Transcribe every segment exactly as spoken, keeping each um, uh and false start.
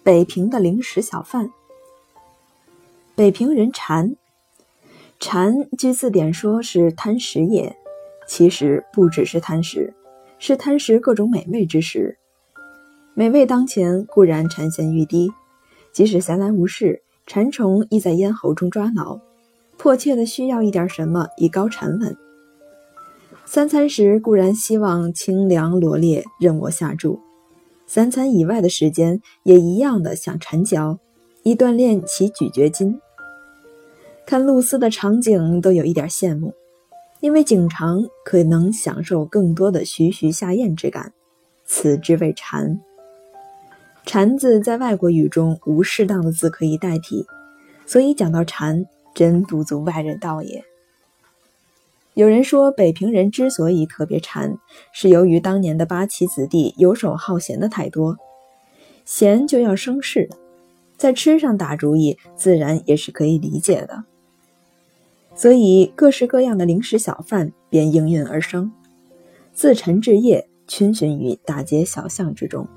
北平的零食小贩。北平人馋，馋据字典说是贪食也，其实不只是贪食，是贪食各种美味之食。美味当前，固然馋涎欲滴，即使闲来无事，馋虫亦在咽喉中抓挠，迫切的需要一点什么以高沉稳。三餐时固然希望清凉罗列任我下注，三餐以外的时间也一样的想馋嚼，以锻炼其咀嚼筋。看露丝的场景都有一点羡慕，因为景长可能享受更多的徐徐下咽之感，此之谓馋。馋字在外国语中无适当的字可以代替，所以讲到馋，真不足外人道也。有人说北平人之所以特别馋，是由于当年的八旗子弟游手好闲的太多，闲就要生事，在吃上打主意，自然也是可以理解的。所以各式各样的零食小贩便应运而生，自晨至夜逡巡于大街小巷之中。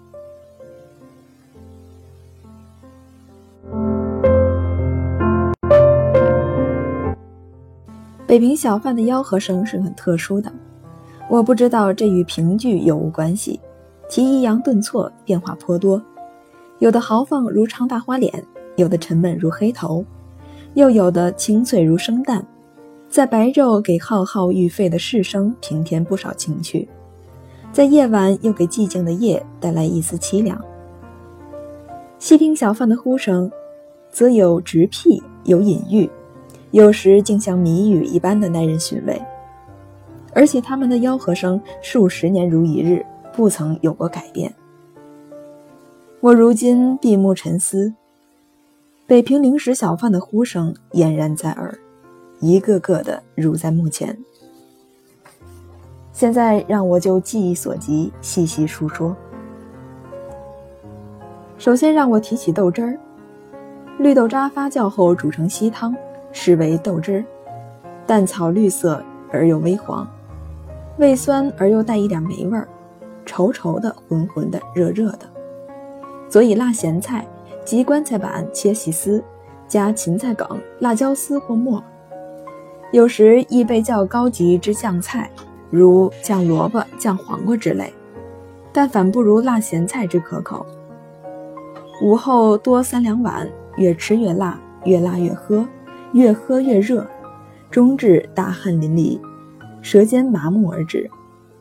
北平小贩的吆喝声是很特殊的，我不知道这与评剧有无关系，其抑扬顿挫变化颇多，有的豪放如长大花脸，有的沉闷如黑头，又有的清脆如生蛋，在白昼给浩浩欲沸的市声平添不少情趣，在夜晚又给寂静的夜带来一丝凄凉。细听小贩的呼声，则有直辟，有隐喻，有时竟像谜语一般的耐人寻味，而且他们的吆喝声数十年如一日，不曾有过改变。我如今闭目沉思，北平零食小贩的呼声俨然在耳，一个个的如在目前。现在让我就记忆所及细细述说。首先让我提起豆汁儿，绿豆渣发酵后煮成稀汤，实为豆汁儿，淡草绿色而又微黄，味酸而又带一点霉味儿，稠稠的，浑浑的，热热的。佐以辣咸菜及棺材板切细丝，加芹菜梗、辣椒丝或末，有时亦被较高级之酱菜，如酱萝卜、酱黄瓜之类，但反不如辣咸菜之可口。午后多三两碗，越吃越辣，越辣越喝，越喝越热，终至大汗淋漓，舌尖麻木而止。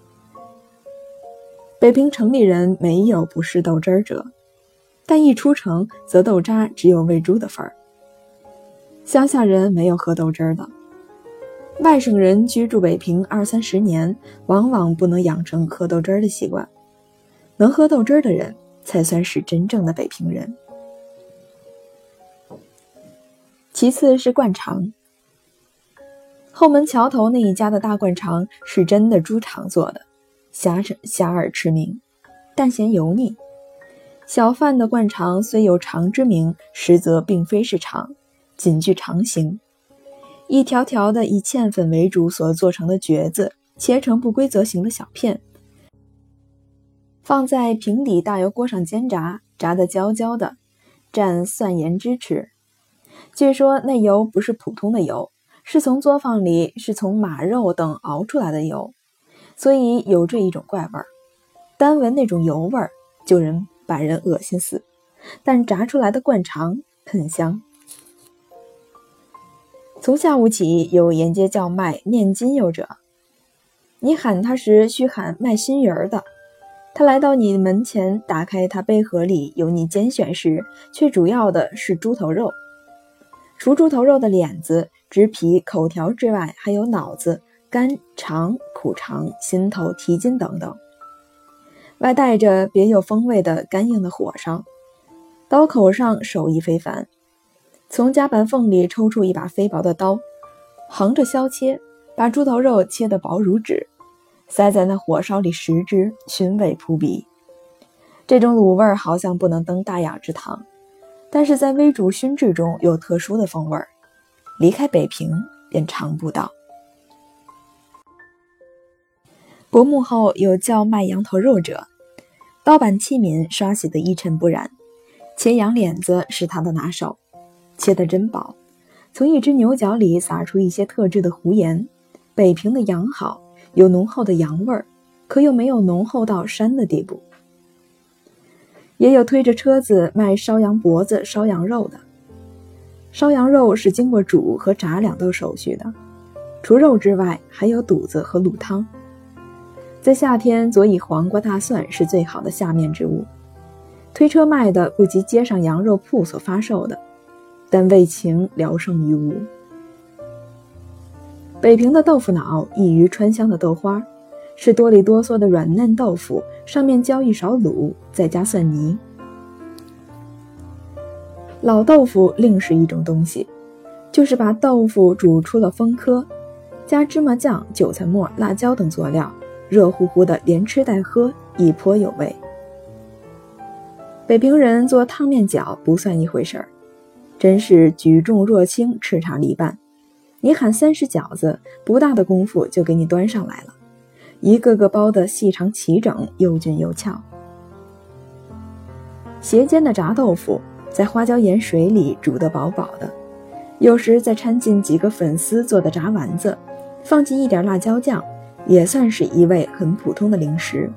北平城里人没有不嗜豆汁儿者，但一出城则豆渣只有喂猪的份儿。乡下人没有喝豆汁儿的，外省人居住北平二三十年，往往不能养成喝豆汁儿的习惯。能喝豆汁儿的人，才算是真正的北平人。其次是灌肠，后门桥头那一家的大灌肠是真的猪肠做的，遐遐迩驰名，但嫌油腻。小贩的灌肠虽有肠之名，实则并非是肠，仅具肠形，一条条的以芡粉为主所做成的橛子，切成不规则形的小片，放在平底大油锅上煎炸，炸得焦焦的，蘸蒜盐汁吃。据说那油不是普通的油，是从作坊里是从马肉等熬出来的油，所以有这一种怪味儿。单闻那种油味儿，就人把人恶心死，但炸出来的灌肠很香。从下午起，有沿街叫卖念金柚者，你喊他时须喊卖新鱼儿的，他来到你门前，打开他杯盒里由你拣选时，却主要的是猪头肉。除猪头肉的脸子、直皮、口条之外，还有脑子、肝、肠、苦肠、心头、蹄筋等等，外带着别有风味的干硬的火烧。刀口上手艺非凡，从夹板缝里抽出一把飞薄的刀，横着削切，把猪头肉切得薄如纸，塞在那火烧里食之，熏味扑鼻。这种卤味好像不能登大雅之堂，但是在微煮熏制中有特殊的风味，离开北平便尝不到。薄暮后有叫卖羊头肉者，刀板器皿刷洗得一尘不染， 切羊脸子是他的拿手，切得真薄，从一只牛角里撒出一些特制的胡盐。北平的羊好，有浓厚的羊味儿，可又没有浓厚到膻的地步。也有推着车子卖烧羊脖子、烧羊肉的。烧羊肉是经过煮和炸两道手续的，除肉之外还有肚子和卤汤。在夏天佐以黄瓜、大蒜是最好的下面之物。推车卖的不及街上羊肉铺所发售的，但味情聊胜于无。北平的豆腐脑异于川湘的豆花，是多里哆嗦的软嫩豆腐，上面浇一勺卤，再加蒜泥。老豆腐另是一种东西，就是把豆腐煮出了风颗，加芝麻酱、韭菜末、辣椒等佐料，热乎乎的连吃带喝，亦颇有味。北平人做汤面饺不算一回事儿，真是举重若轻，叱咤篱笆。你喊三十饺子，不大的功夫就给你端上来了，一个个包得细长齐整，又俊又俏。斜煎的炸豆腐在花椒盐水里煮得饱饱的，有时再掺进几个粉丝做的炸丸子，放进一点辣椒酱，也算是一味很普通的零食。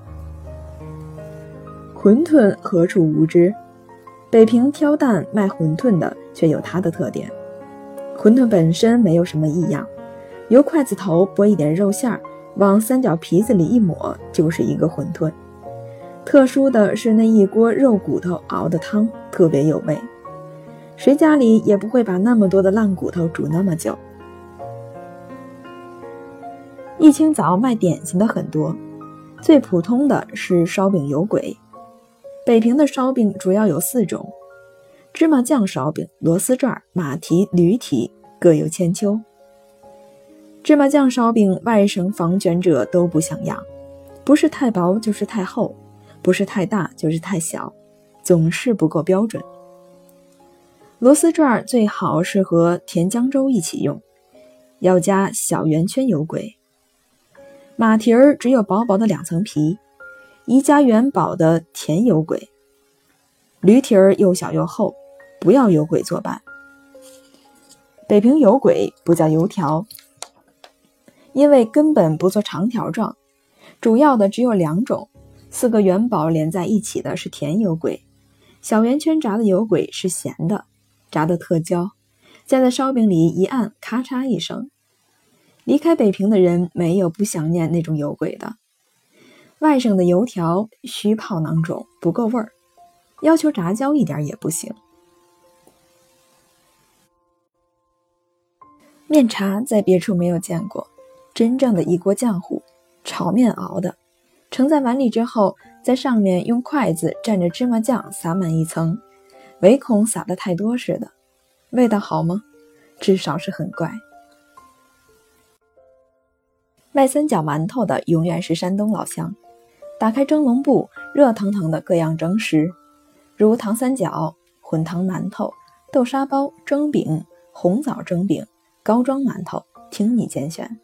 馄饨何处无之，北平挑担卖馄饨的却有它的特点。馄饨本身没有什么异样，由筷子头拨一点肉馅，往三角皮子里一抹，就是一个馄饨。特殊的是那一锅肉骨头熬的汤特别有味，谁家里也不会把那么多的烂骨头煮那么久。一清早卖点心的很多，最普通的是烧饼有鬼。北平的烧饼主要有四种：芝麻酱烧饼、螺丝转、马蹄、驴蹄，各有千秋。芝麻酱烧饼外省仿卷者都不像样，不是太薄就是太厚，不是太大就是太小，总是不够标准。螺丝转最好是和甜浆粥一起用，要加小圆圈有鬼。马蹄儿只有薄薄的两层皮，宜加元宝的甜有鬼。驴蹄儿又小又厚，不要有鬼作伴。北平有鬼不叫油条，因为根本不做长条状，主要的只有两种，四个元宝连在一起的是甜有鬼，小圆圈炸的有鬼是咸的，炸的特焦，再在烧饼里一按，咔嚓一声。离开北平的人没有不想念那种有鬼的。外省的油条虚泡囊肿，不够味儿，要求炸焦一点也不行。面茶在别处没有见过，真正的一锅浆糊，炒面熬的，盛在碗里之后，在上面用筷子蘸着芝麻酱撒满一层，唯恐撒得太多似的。味道好吗？至少是很怪。卖三角馒头的永远是山东老乡，打开蒸笼布，热腾腾的各样蒸食，如糖三角、混糖馒头、豆沙包、蒸饼、红枣蒸饼、膏装馒头，听你拣选。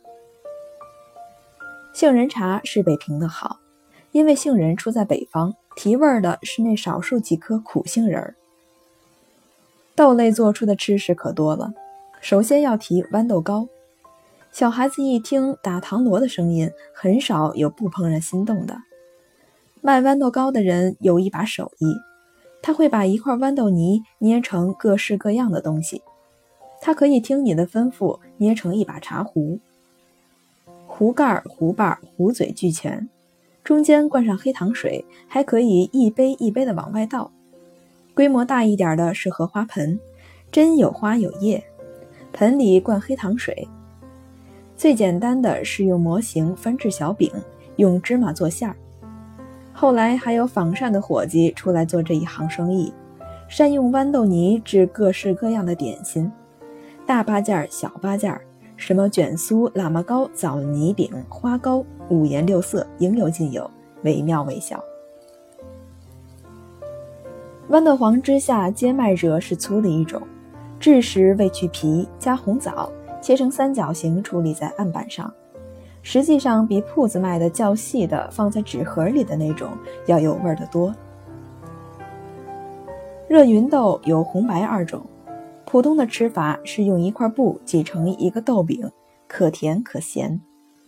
杏仁茶是北平的好，因为杏仁出在北方，提味的是那少数几颗苦杏仁。豆类做出的吃食可多了，首先要提豌豆糕。小孩子一听打糖螺的声音，很少有不怦然心动的。卖豌豆糕的人有一把手艺，他会把一块豌豆泥捏成各式各样的东西，他可以听你的吩咐捏成一把茶壶，壶盖、壶把、壶嘴俱全，中间灌上黑糖水，还可以一杯一杯的往外倒。规模大一点的是荷花盆，真有花有叶，盆里灌黑糖水。最简单的是用模型翻制小饼，用芝麻做馅儿。后来还有仿膳的伙计出来做这一行生意，善用豌豆泥制各式各样的点心，大八件、小八件，什么卷酥、喇嘛糕、枣泥饼、花糕，五颜六色，应有尽有，惟妙惟肖。豌豆黄之下煎麦者是粗的一种，制时未去皮，加红枣，切成三角形处理在案板上，实际上比铺子卖的较细的放在纸盒里的那种要有味儿得多。 热芸豆有红白二种，普通的吃法是用一块布挤成一个豆饼，可甜可咸。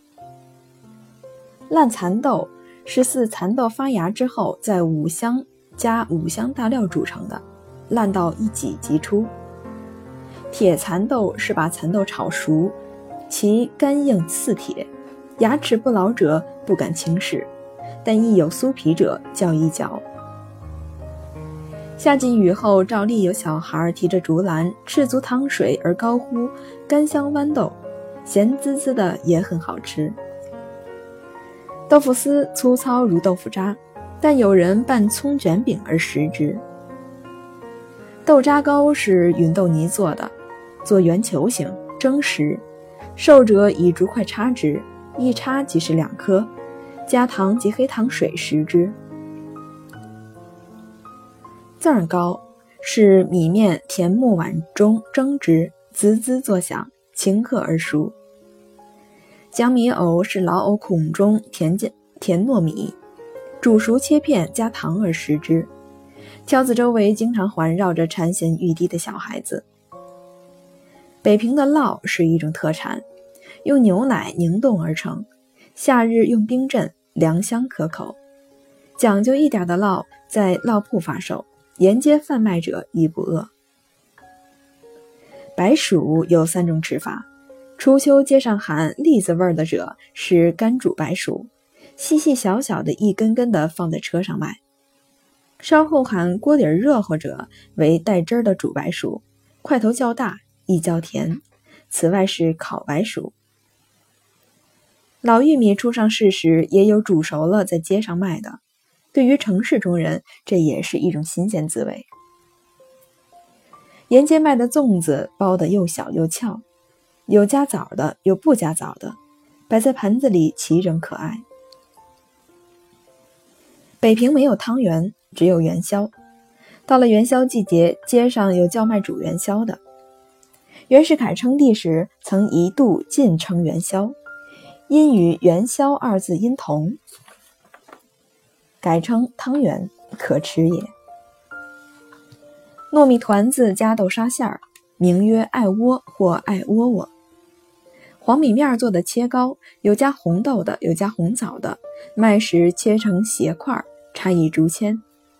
烂蚕豆是似蚕豆发芽之后在五香加五香大料煮成的，烂到一挤即出。铁蚕豆是把蚕豆炒熟，其干硬似铁，牙齿不牢者不敢轻视，但亦有酥皮者较易嚼。夏季雨后，照例有小孩提着竹篮，赤足淌水而高呼甘香豌豆，咸滋滋的也很好吃。豆腐丝粗糙如豆腐渣，但有人拌葱卷饼而食之。豆渣糕是芸豆泥做的，做圆球形，蒸食，受者以竹筷插之，一插即是两颗，加糖及黑糖水食之。甑儿糕是米面填木碗中蒸之，滋滋作响，顷刻而熟。江米藕是老藕孔中填填糯米，煮熟切片加糖而食之。挑子周围经常环绕着馋涎欲滴的小孩子。北平的酪是一种特产，用牛奶凝冻而成，夏日用冰镇，凉香可口。讲究一点的酪在酪铺发售，沿街贩卖者亦不饿。白薯有三种吃法，初秋街上喊栗子味儿的者是干煮白薯，细细小小的一根根的放在车上卖。稍后喊锅底热乎者为带汁儿的煮白薯，块头较大，亦较甜。此外是烤白薯。老玉米初上市时也有煮熟了在街上卖的，对于城市中人，这也是一种新鲜滋味。沿街卖的粽子包得又小又翘，有加枣的，有不加枣的，摆在盘子里齐整可爱。北平没有汤圆，只有元宵。到了元宵季节，街上有叫卖煮元宵的。袁世凯称帝时曾一度禁称元宵，因与元宵二字音同，改称汤圆，可吃也。糯米团子加豆沙馅儿，名曰艾窝或艾窝窝。黄米面做的切糕，有加红豆的，有加红枣的，卖时切成斜块，插以竹签。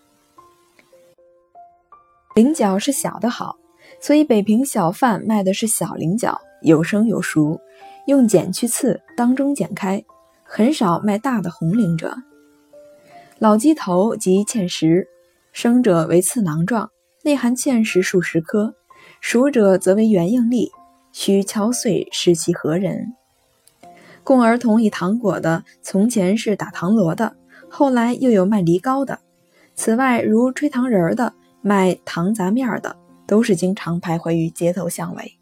菱角是小的好，所以北平小贩卖的是小菱角，有生有熟，用剪去刺，当中剪开，很少卖大的红菱者。老鸡头即芡实，生者为刺囊状，内含芡实数十颗，熟者则为圆硬粒，需敲碎使其合人。供儿童以糖果的，从前是打糖螺的，后来又有卖梨膏的。此外如吹糖人的，卖糖杂面的，都是经常徘徊于街头巷尾。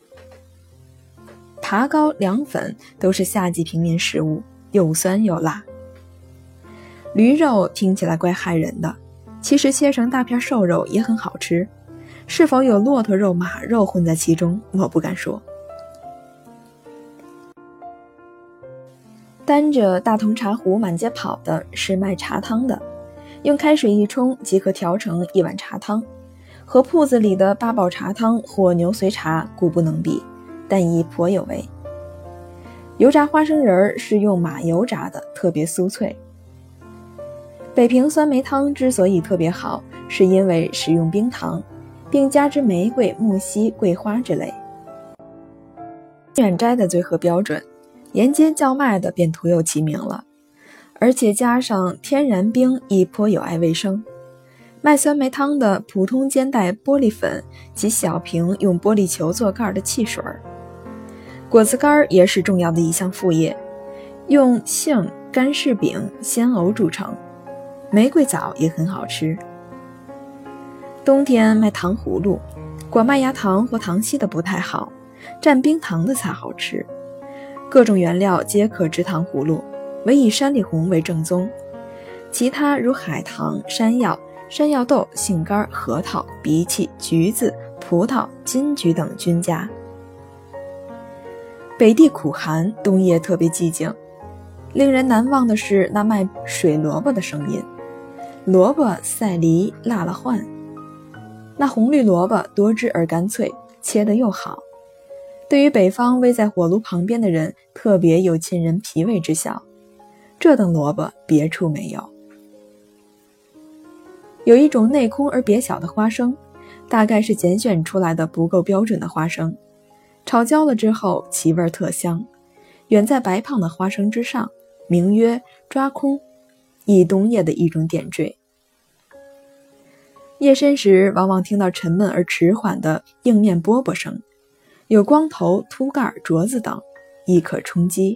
爬糕、凉粉都是夏季平民食物，又酸又辣。驴肉听起来怪害人的，其实切成大片瘦肉也很好吃，是否有骆驼肉、马肉混在其中，我不敢说。担着大铜茶壶满街跑的是卖茶汤的，用开水一冲即可调成一碗茶汤，和铺子里的八宝茶汤或牛髓茶固不能比，但亦颇有味。油炸花生仁是用马油炸的，特别酥脆。北平酸梅汤之所以特别好，是因为使用冰糖，并加之玫瑰、木樨、桂花之类。远摘的最合标准，沿街叫卖的便徒有其名了，而且加上天然冰亦颇有碍卫生。卖酸梅汤的普通兼带玻璃粉及小瓶用玻璃球做盖的汽水。果子干也是重要的一项副业，用杏、干柿饼、鲜藕煮成，玫瑰枣也很好吃。冬天卖糖葫芦，果麦芽糖或糖稀的不太好，蘸冰糖的才好吃。各种原料皆可制糖葫芦，唯以山里红为正宗，其他如海棠、山药、山药豆、杏干、核桃、荸荠、橘子、葡萄、金桔等均佳。北地苦寒，冬夜特别寂静，令人难忘的是那卖水萝卜的声音，萝卜赛梨辣了换。 那红绿萝卜多汁而干脆，切得又好，对于北方煨在火炉旁边的人特别有沁人脾胃之效，这等萝卜别处没有。有一种内空而别小的花生，大概是拣选出来的不够标准的花生，炒焦了之后其味特香，远在白胖的花生之上，名曰抓空，亦冬夜的一种点缀。夜深时往往听到沉闷而迟缓的硬面饽饽声，有光头、秃盖、镯子等，亦可充饥。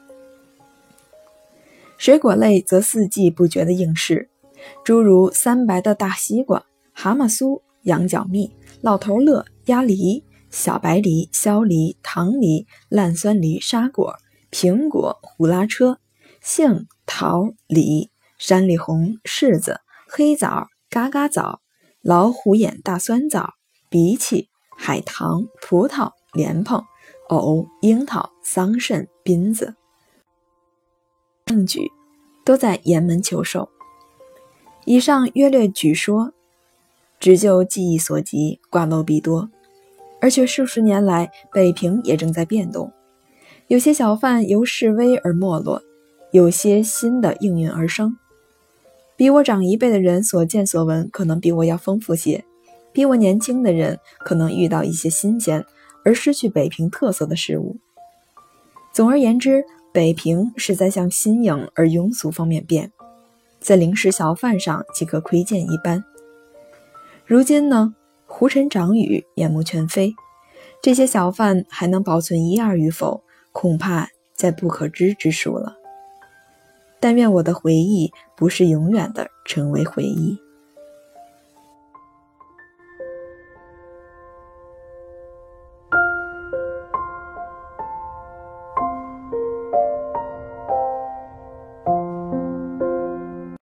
水果类则四季不绝的应试，诸如三白的大西瓜、蛤蟆酥、羊角蜜、老头乐、鸭梨、小白梨、削梨、糖梨、烂酸梨、沙果、苹果、呼啦车、杏、桃、李、山里红、柿子、黑枣、嘎嘎枣、老虎眼大酸枣、荸荠、海棠、葡萄、莲蓬、藕、樱桃、桑葚、槟子、证据都在沿门求售。以上约略举说，只就记忆所及，挂漏必多。而且数十年来，北平也正在变动，有些小贩由示威而没落，有些新的应运而生。比我长一辈的人所见所闻可能比我要丰富些，比我年轻的人可能遇到一些新鲜而失去北平特色的事物。总而言之，北平是在向新颖而庸俗方面变，在零食小贩上即可窥见一斑。如今呢，胡尘长雨，面目全非，这些小贩还能保存一二与否，恐怕在不可知之数了。但愿我的回忆不是永远的成为回忆。